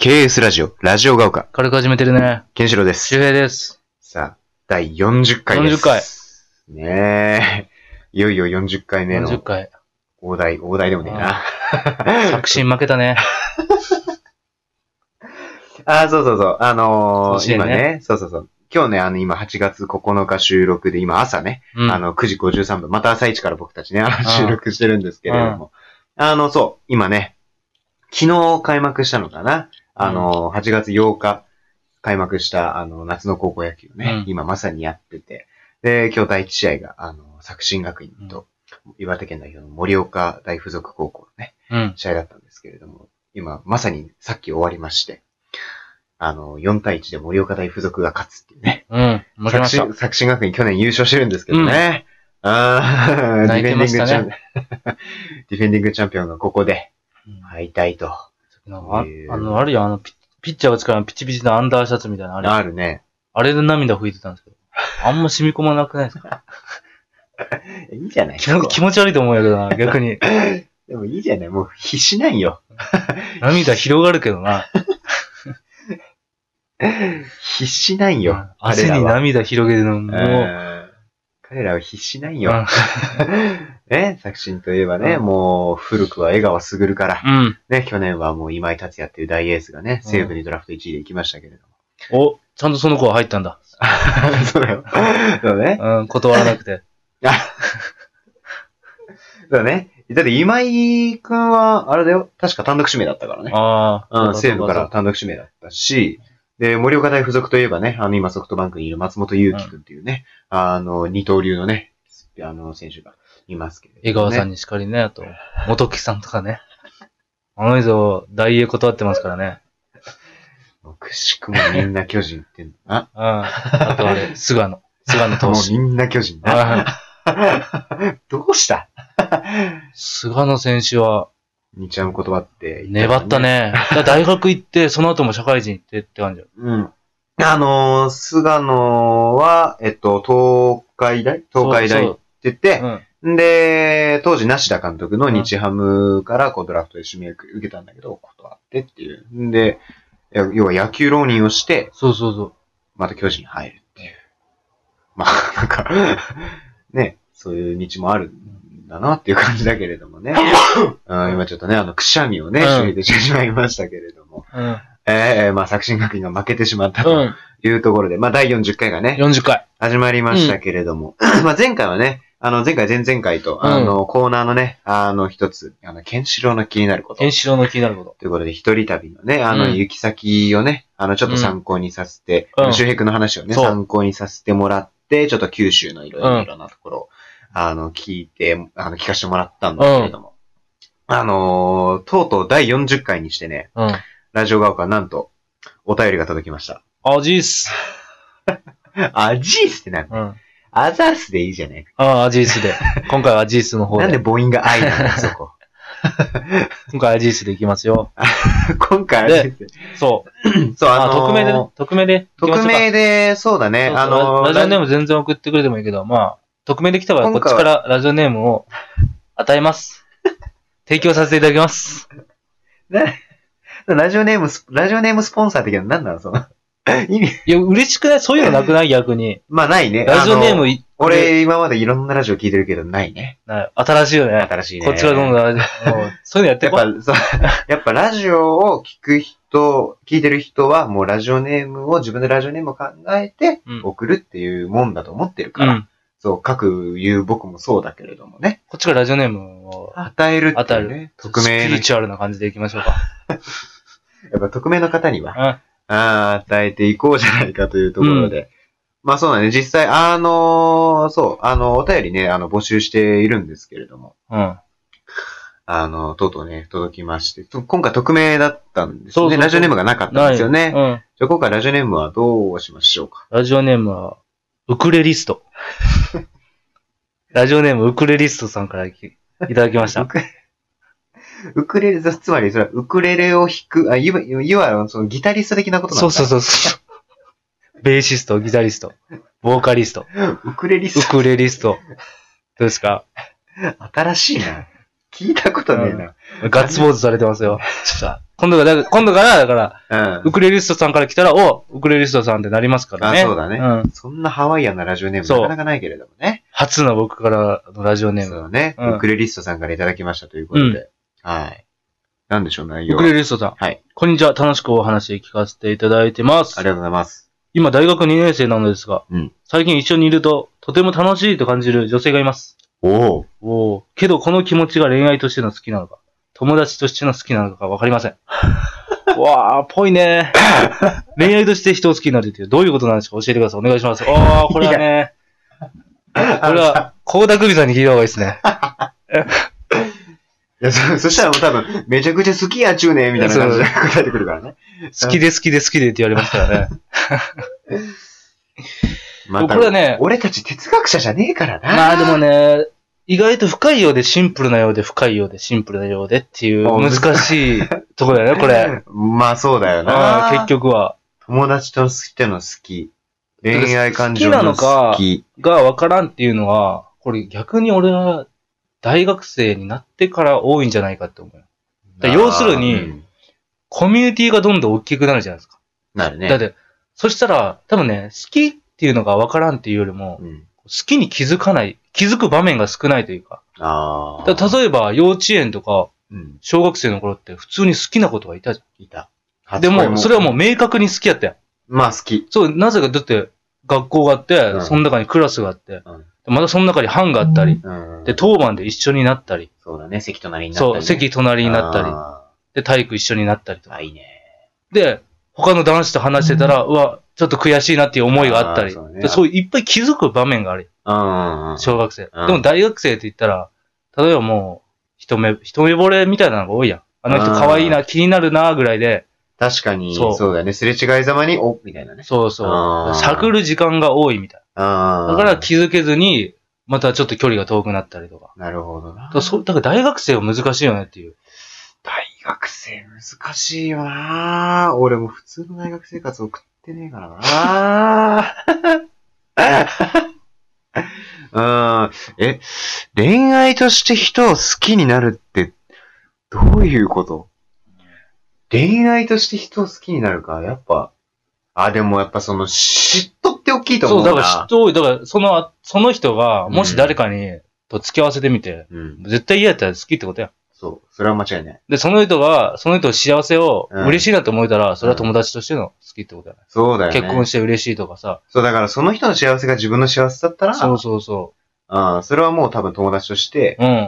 KS ラジオ、ラジオが丘。 軽く始めてるね。 ケンシロウです。 周平です。 さあ、第40回です。 40回。 ねえ。いよいよ40回目の。 40回。 大台でもねえな。 作新負けたね。 そう。 ね、 今ね、そう。今日ね、今8月9日収録で、今朝ね、9時53分、また朝一から僕たちね、収録してるんですけれども。そう、今ね、昨日開幕したのかな。8月8日開幕した夏の高校野球ね、今まさにやってて、で、今日第1試合が作新学院と岩手県代表の盛岡大付属高校のね、試合だったんですけれども、今まさにさっき終わりまして、4対1で盛岡大付属が勝つっていうね。 負けました。 作新学院去年優勝してるんですけどね。ディフェンディングチャンピオンがここで敗退と。 あるよ、ピッチャーが使うピチピチのアンダーシャツみたいなのあるね。 あれで涙拭いてたんですけど。あんま染み込まなくないですか？ いいじゃない気持ち悪いと思うんやけどな、逆に。 でもいいじゃない、もう必死なんよ。 涙広がるけどな。 必死なんよ。 汗に涙広げるのもう。 彼らは必死なんよ。作新といえばね、もう古くは江川卓から、ね、去年はもう今井達也っていう大エースがね、西武にドラフト1位で行きましたけれども。ちゃんとその子は入ったんだ。 そうだよ。そうね。 断らなくて。 そうね。だって今井くんは、あれだよ、確か単独指名だったからね。西武から単独指名だったし、で、盛岡大附属といえばね、今ソフトバンクにいる松本祐樹くんっていうね、二刀流のね、選手がいますけど、ね。 江川さんにしかりね、あと、元木さんとかね。あの人、大英断ってますからね。 くしくもみんな巨人ってんの。 あとあれ、菅野投手。 もうみんな巨人な。どうした菅野選手は、 日ハム断って、 ね。粘ったね。大学行って、その後も社会人行ってって感じ。 菅野は、東海大って言って、で、当時梨田監督の日ハムからドラフトで指名受けたんだけど、断ってっていう。で、要は野球浪人をして、また巨人に入るっていう。まあ、なんか、ね、そういう道もあるんだなっていう感じだけれどもね。今ちょっとね、くしゃみをね、してしまいましたけれども。まあ、作新学院が負けてしまったというところで、まあ、第40回がね、 40回始まりましたけれども、まあ、前回はね、前回、前々回と、コーナーのね、一つ、ケンシロウの気になること。 ケンシロウの気になること。 ということで、一人旅のね、行き先をね、ちょっと参考にさせて、周平君の話をね、参考にさせてもらって、ちょっと九州のいろいろなところを、聞かせてもらったんだけれども、とうとう第40回にしてね、ラジオが丘なんと、お便りが届きました。 アジース。 アジースってなんだアザースでいいじゃねえか。アジースで。今回はアジースの方で。 なんで母音が愛なのそこ。 今回アジースでいきますよ。 今回アジース。 そう。匿名でね。匿名で、 そうだね。 ラジオネーム全然送ってくれてもいいけど、まあ、匿名で来たらこっちからラジオネームを与えます。提供させていただきます。 ラジオネームスポンサーって言うけど、なんなのその。 意味。いや、嬉しくないそういうのなくない逆に。 まあ、ないね。 ラジオネーム、 俺、今までいろんなラジオ聞いてるけど、ないね。 新しいよね。 新しいね。 こっちはどんどん、そういうのやってこやっぱラジオを聞いてる人は、もう自分でラジオネームを考えて、送るっていうもんだと思ってるから。そう、各言う僕もそうだけれどもね。 こっちがラジオネームを与えるっていうね。 匿名。スピリチュアルな感じでいきましょうか。 やっぱ匿名の方には、与えていこうじゃないかというところで。まあそうだね、実際、お便りね、募集しているんですけれども。とうとうね、届きまして。今回匿名だったんですね。ラジオネームがなかったんですよね。じゃあ今回ラジオネームはどうしましょうか。 ラジオネームは、ウクレリスト。ラジオネームウクレリストさんからいただきました。 ウクレレ、つまりそれはウクレレを弾く、いわゆるそのギタリスト的なことなんだ。 そう。ベーシスト、ギタリスト、ボーカリスト。 ウクレリスト。 どうですか？ 新しいな。 聞いたことねえな。 ガッツポーズされてますよ。今度から、だから、ウクレリストさんから来たら、ウクレリストさんってなりますからね。 そうだね。そんなハワイアンなラジオネームなかなかないけれどもね。 初の僕からのラジオネーム。 そうね。ウクレリストさんからいただきましたということで。はい。なんでしょう、内容。 ウクレリストさん。はい。こんにちは。楽しくお話聞かせていただいてます。 ありがとうございます。 今、大学2年生なのですが、最近一緒にいると、とても楽しいと感じる女性がいます。けど、この気持ちが恋愛としての好きなのか、友達としての好きなのかわかりません。ぽいね。恋愛として人を好きになるっていう、どういうことなんですか教えてください。お願いします。これはね、これは、高田久美さんに聞いた方がいいですね。 いや、そしたらもう多分、めちゃくちゃ好きやちゅうねみたいな感じで答えてくるからね。 好きで好きで好きでって言われますからね。 これはね、俺たち哲学者じゃねえからな。 まあでもね、意外と深いようでシンプルなようで深いようでシンプルなようでっていう難しいところだよね、これ。 まあそうだよな。 結局は。 友達としての好き。恋愛感情の好き。 好きなのかがわからんっていうのは、これ逆に俺は大学生になってから多いんじゃないかって思う。要するに、コミュニティがどんどん大きくなるじゃないですか。 なるね。 だって、そしたら多分ね、好きっていうのがわからんっていうよりも、好きに気づく場面が少ないというか。例えば、幼稚園とか、小学生の頃って普通に好きなことがいたじゃん。いた。でも、それはもう明確に好きやったやん。 まあ好き。 そう、なぜか、だって、学校があって、その中にクラスがあって、またその中に班があったり、で、当番で一緒になったり。 そうだね、席隣になったり。 そう、席隣になったり。で、体育一緒になったりとか。 いいね。 で、他の男子と話してたら、ちょっと悔しいなっていう思いがあったり。そういっぱい気づく場面がある。小学生。でも大学生って言ったら、例えばもう、一目惚れみたいなのが多いやん。あの人可愛いな、気になるな、ぐらいで。 確かに、そうだよね。すれ違いざまに、みたいなね。 そうそう。探る時間が多いみたいな。だから気づけずに、またちょっと距離が遠くなったりとか。 なるほどな。 だから大学生は難しいよねっていう。 大学生難しいよな。俺も普通の大学生活送ってねえからな。恋愛として人を好きになるって、どういうこと？恋愛として人を好きになるか、やっぱ、でもやっぱその嫉妬って大きいと思うな。 そう、だから嫉妬多い。だからその人が、もし誰かに、と付き合わせてみて、絶対嫌やったら好きってことや。 そう。それは間違いない。 で、その人の幸せを嬉しいなと思えたら、それは友達としての好きってことやね。 そうだよね。 結婚して嬉しいとかさ。 そう、だからその人の幸せが自分の幸せだったら、 そうそうそう。 それはもう多分友達として、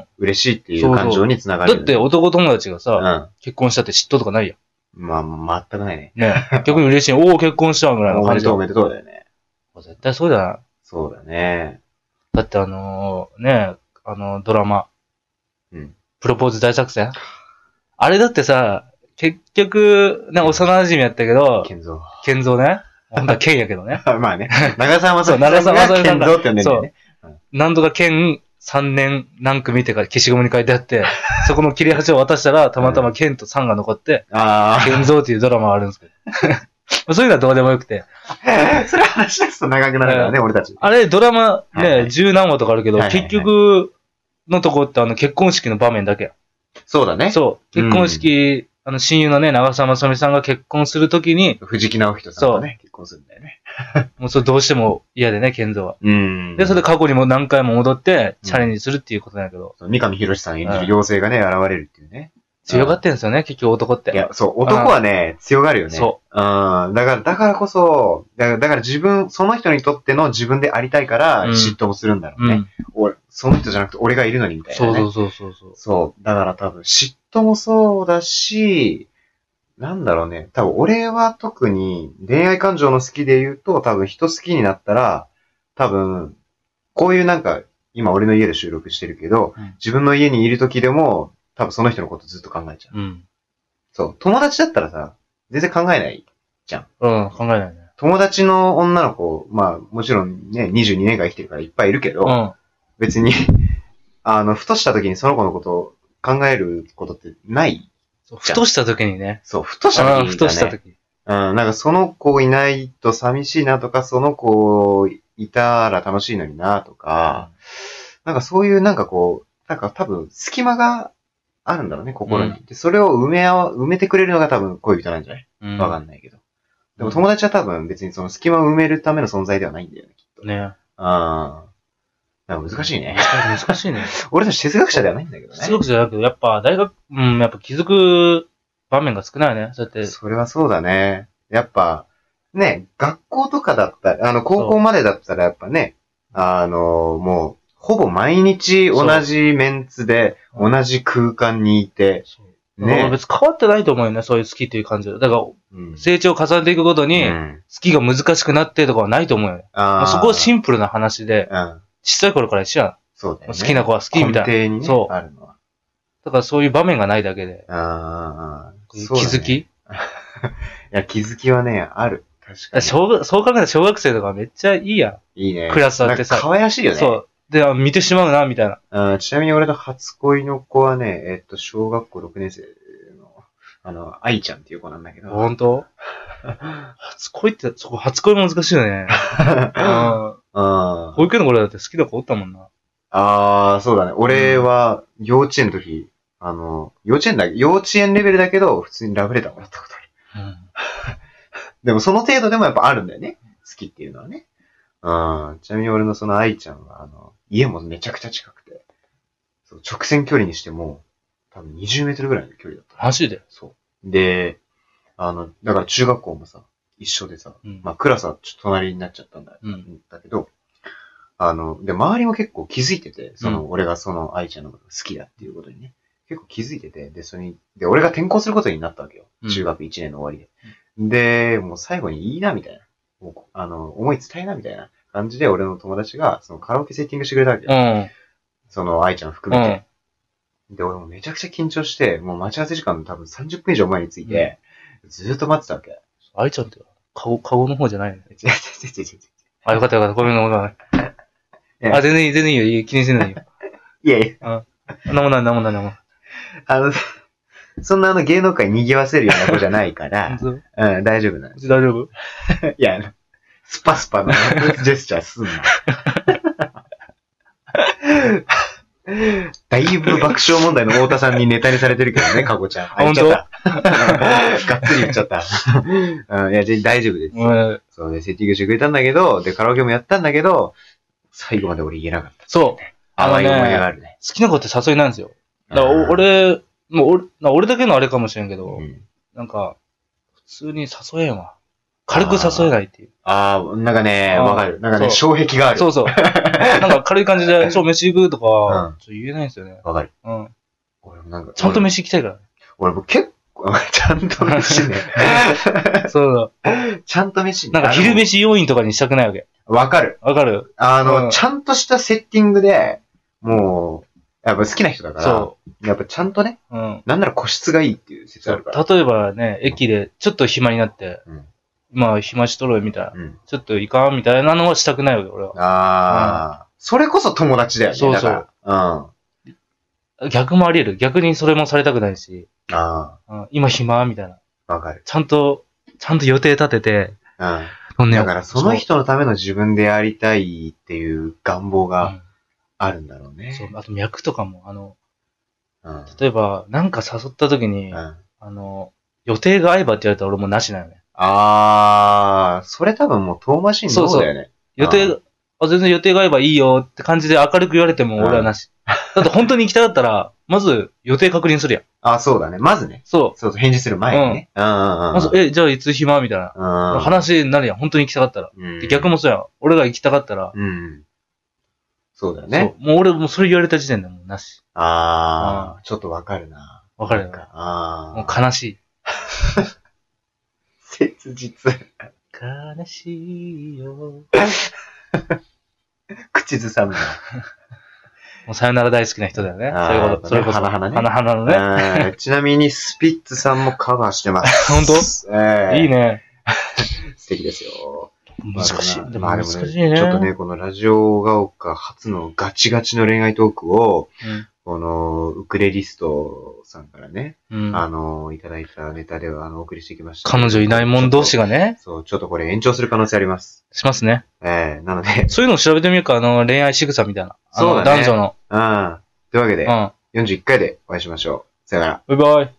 嬉しいっていう感情につながる。 だって男友達がさ、結婚したって嫉妬とかないやん。 まあ、全くないね。 ね。逆に嬉しい。結婚したぐらいの感じ。 おめでとうだよね。 絶対そうだな。 そうだね。 だってドラマ。プロポーズ大作戦？あれだってさ、結局、幼馴染やったけど、健三ね。ほんとは健やけどね。 まあね。長澤まさみさんが健三って呼んでんだよね。 何度か健3年何組ってから消しゴムに書いてあって、そこの切れ端を渡したら、たまたま健と3が残って、健三っていうドラマがあるんですけど。そういうのはどうでもよくて。 それ話しすと長くなるからね、俺たち。 あれ、ドラマね、十何話とかあるけど、結局のとこって結婚式の場面だけや。 そうだね。 そう。結婚式、親友のね、長澤まさみさんが結婚するときに、 藤木直人さんがね、結婚するんだよね。 もうそれどうしても嫌でね、健三は。で、それで過去にも何回も戻って、チャレンジするっていうことなんだけど。 三上博史さん演じる妖精がね、現れるっていうね。 強がってんですよね、結局男って。 いや、そう、男はね、強がるよね。そう。だからこそ、だからその人にとっての自分でありたいから、嫉妬もするんだろうね。その人じゃなくて俺がいるのにみたいなね。 そう。 そう。だから多分嫉妬もそうだし、なんだろうね。多分俺は特に恋愛感情の好きで言うと、多分人好きになったら、多分、こういう今俺の家で収録してるけど、自分の家にいる時でも、多分その人のことずっと考えちゃう。そう。友達だったらさ、全然考えないじゃん。 考えないね。 友達の女の子、まあもちろんね、22年間生きてるからいっぱいいるけど、別に、ふとした時にその子のことを考えることってないじゃん。 ふとした時にね。 そう、ふとした時に、ね。 ふとした時。 なんかその子いないと寂しいなとか、その子いたら楽しいのになとか、なんかそういうなんか多分、隙間があるんだろうね、心に。で、それを埋めてくれるのが多分恋人なんじゃないわかんないけど。でも友達は多分別にその隙間を埋めるための存在ではないんだよね、きっと。 ね。 ああ。難しいね。 難しいね。 俺たち哲学者ではないんだけどね。 哲学者じゃなくて、やっぱ大学、やっぱ気づく場面が少ないよね、そうやって。 それはそうだね。やっぱ、ね、学校とかだったら、高校までだったらやっぱね、もう、ほぼ毎日同じメンツで、同じ空間にいて、 ね。別に変わってないと思うよね、そういう好きっていう感じで。だから、成長を重ねていくごとに、好きが難しくなってとかはないと思うよね。そこはシンプルな話で、小さい頃から一緒やん。 そうだよね。 好きな子は好きみたいな。 根底にね、そう。あるのは。 だからそういう場面がないだけで。気づきいや、気づきはね、ある。確かに。 そう考えたら小学生とかめっちゃいいやん。 いいね。 クラスあってさ。 可愛らしいよね。 そう。で、見てしまうな、みたいな。ちなみに俺の初恋の子はね、小学校6年生の、愛ちゃんっていう子なんだけど。 本当初恋って、そこ初恋も難しいよね。保育園の頃だって好きな子おったもんな。 そうだね。俺は、幼稚園の時、幼稚園レベルだけど、普通にラブレターもらったことある。でもその程度でもやっぱあるんだよね。好きっていうのはね。ちなみに俺のその愛ちゃんは、家もめちゃくちゃ近くて、直線距離にしても、多分20メートルぐらいの距離だった。 マジで？ そう。で、だから中学校もさ、一緒でさ、まあクラスはちょっと隣になっちゃったんだけど、で、周りも結構気づいてて、俺がその愛ちゃんのことが好きだっていうことにね、結構気づいてて、で、俺が転校することになったわけよ。中学1年の終わりで。で、もう最後にいいな、みたいな。思い伝えな、みたいな感じで、俺の友達が、カラオケセッティングしてくれたわけよ。その愛ちゃん含めて。で、俺もめちゃくちゃ緊張して、もう待ち合わせ時間の多分30分以上前に着いて、ずっと待ってたわけ。 愛ちゃんって、カゴの方じゃないの？ 違う。 あ、よかったよかった。ごめんごめん。全然いいよ。気にしないよ。 いやいや。なんもない。 そんな芸能界賑わせるような子じゃないから、大丈夫なんです。 大丈夫？ いや、スパスパのジェスチャーすんな。だいぶ爆笑問題の太田さんにネタにされてるけどね、かこちゃん。 本当？ がっつり言っちゃった。いや、大丈夫です。そうで、セッティングしてくれたんだけど、で、カラオケもやったんだけど、最後まで俺言えなかった。 そう。 淡い思いがあるね。 好きな子って誘いなんですよ。だから俺だけのあれかもしれんけど、なんか、普通に誘えんわ。軽く誘えないっていう。 なんかね、わかる。なんかね、障壁がある。 そう。なんか軽い感じで、飯行くとか、ちょっと言えないんですよね。 わかる。 俺もなんか。ちゃんと飯行きたいから。 俺も結構、ちゃんと飯ね。 そうだ。 ちゃんと飯ね。 なんか昼飯要員とかにしたくないわけ。 わかる。 ちゃんとしたセッティングで、もう、やっぱ好きな人だから、やっぱちゃんとね、なんなら個室がいいっていう説あるから。 例えばね、駅でちょっと暇になって、まあ暇しとろよみたいな、ちょっといかんみたいなのはしたくないわけ、俺は。 それこそ友達だよね。 そう。逆もあり得る。逆にそれもされたくないし、今暇みたいな。 わかる。 ちゃんと予定立てて、 だからその人のための自分でやりたいっていう願望があるんだろうね。 そう、あと脈とかも、例えば、なんか誘った時に、予定が合えばって言われたら俺もなしなよね。 それ多分もう遠回しにそうだよね。 予定、全然予定が合えばいいよって感じで明るく言われても俺はなし。だって本当に行きたかったら、まず予定確認するやん。 そうだね。まずね。そう、返事する前にね。 まず、じゃあいつ暇みたいな。話になるやん。本当に行きたかったら。逆もそうやん。俺が行きたかったら。 そうだよね。 もう俺もそれ言われた時点でもうなし。 ちょっとわかるな。 わかるよ。もう悲しい。 切実。 悲しいよ。 口ずさむな。 もうさよなら大好きな人だよね。 そういうこと。それこそ。 花のね。 ちなみにスピッツさんもカバーしてます。 本当？いいね。 素敵ですよ。 難しい。 でもね、ちょっとね、このラジオが丘初のガチガチの恋愛トークを、このウクレリストさんからね、いただいたネタではお送りしてきました。 彼女いない者同士がね。 そう、ちょっとこれ延長する可能性あります。 しますね。 なので。 そういうのを調べてみるか、恋愛仕草みたいな。 そうだね。 男女の。 というわけで、41回でお会いしましょう。さよなら。 バイバイ。